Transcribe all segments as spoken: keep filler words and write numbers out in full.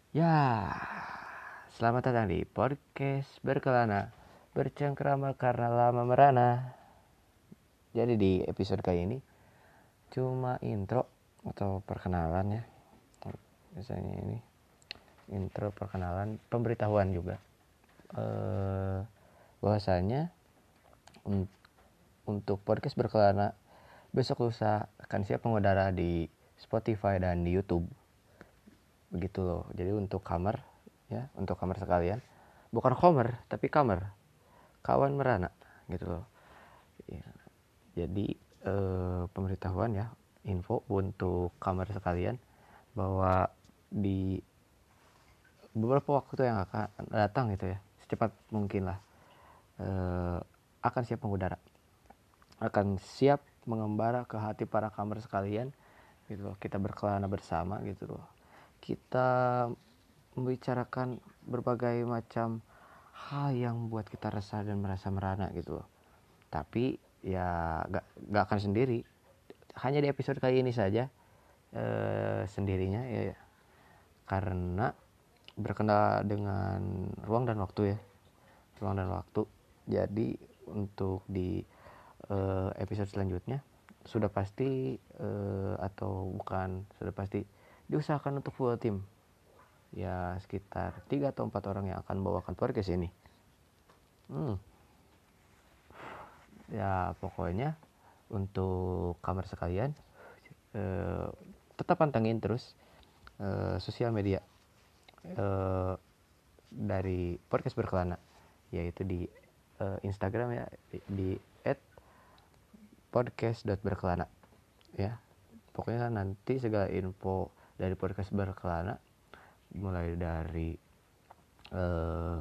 Ya, selamat datang di podcast berkelana, bercengkrama karena lama merana. Jadi di episode kali ini cuma intro atau perkenalan ya. Misalnya ini intro perkenalan, pemberitahuan juga. Eh, bahwasanya un- untuk podcast berkelana besok lusa akan siap mengudara di Spotify dan di YouTube. Begitu loh. Jadi untuk kamar ya, untuk kamar sekalian, bukan kamar tapi kamar kawan merana gitu loh ya. Jadi eh, pemberitahuan ya, info untuk kamar sekalian bahwa di beberapa waktu yang akan datang gitu ya, secepat mungkin lah eh, akan siap mengudara, akan siap mengembara ke hati para kamar sekalian gitu loh. Kita berkelana bersama gitu loh, kita membicarakan berbagai macam hal yang membuat kita resah dan merasa merana gitu loh. Tapi ya gak, gak akan sendiri, hanya di episode kali ini saja eh, sendirinya ya, karena berkendala dengan ruang dan waktu ya, ruang dan waktu. Jadi untuk di eh, episode selanjutnya sudah pasti eh, atau bukan sudah pasti diusahakan untuk full tim ya, sekitar tiga atau empat orang yang akan membawakan podcast ini. hmm. Ya pokoknya untuk kamar sekalian eh, tetap pantengin terus eh, sosial media eh, dari podcast berkelana, yaitu di eh, Instagram ya, di, di at podcast.berkelana ya. Pokoknya nanti segala info dari podcast berkelana, mulai dari eh,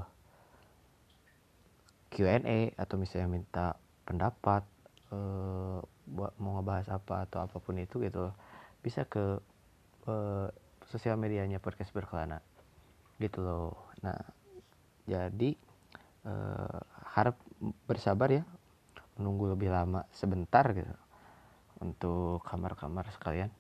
Q and A atau misalnya minta pendapat eh, buat mau ngebahas apa atau apapun itu gitu, bisa ke eh, sosial medianya podcast berkelana gitu loh. Nah jadi eh, harap bersabar ya, menunggu lebih lama sebentar gitu untuk kamar-kamar sekalian,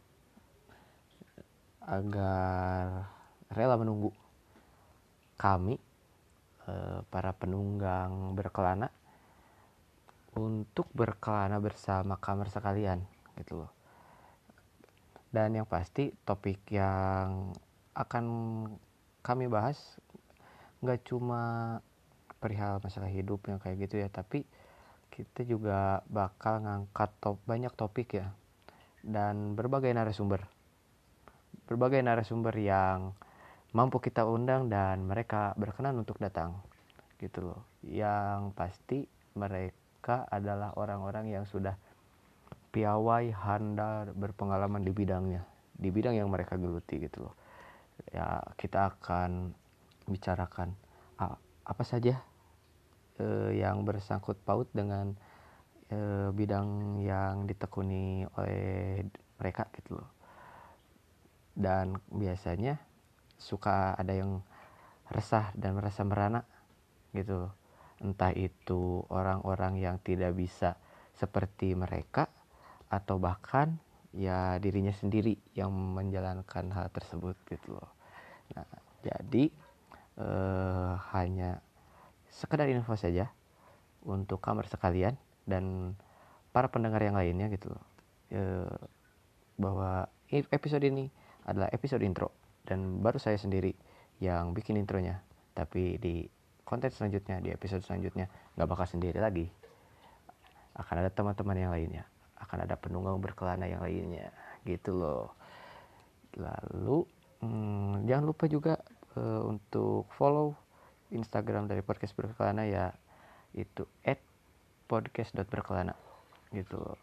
agar rela menunggu kami eh, para penunggang berkelana untuk berkelana bersama kamar sekalian gitu loh. Dan yang pasti topik yang akan kami bahas nggak cuma perihal masalah hidup yang kayak gitu ya, tapi kita juga bakal ngangkat top, banyak topik ya, dan berbagai narasumber berbagai narasumber yang mampu kita undang dan mereka berkenan untuk datang gitu loh. Yang pasti mereka adalah orang-orang yang sudah piawai, handal, berpengalaman di bidangnya, di bidang yang mereka geluti gitu loh. Ya kita akan bicarakan ah, apa saja eh, yang bersangkut paut dengan eh, bidang yang ditekuni oleh mereka gitu loh. Dan biasanya suka ada yang resah dan merasa merana gitu loh. Entah itu orang-orang yang tidak bisa seperti mereka, atau bahkan ya dirinya sendiri yang menjalankan hal tersebut gitu loh. Nah, jadi eh, hanya sekedar info saja untuk kamar sekalian dan para pendengar yang lainnya gitu loh. Eh, bahwa episode ini adalah episode intro dan baru saya sendiri yang bikin intronya. Tapi di konten selanjutnya, di episode selanjutnya nggak bakal sendiri lagi, akan ada teman-teman yang lainnya, akan ada penunggang berkelana yang lainnya gitu loh. Lalu hmm, jangan lupa juga uh, untuk follow Instagram dari podcast berkelana ya, itu at podcast.berkelana gitu loh.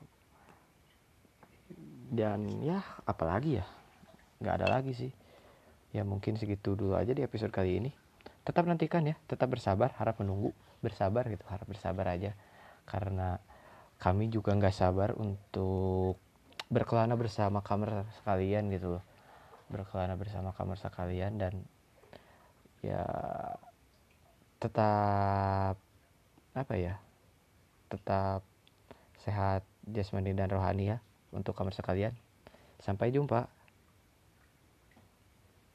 Dan ya apalagi ya, nggak ada lagi sih ya, mungkin segitu dulu aja di episode kali ini. Tetap nantikan ya, tetap bersabar, harap menunggu, bersabar gitu, harap bersabar aja, karena kami juga nggak sabar untuk berkelana bersama kamar sekalian gitu loh, berkelana bersama kamar sekalian. Dan ya tetap apa ya, tetap sehat jasmani dan rohani ya untuk kamar sekalian. Sampai jumpa.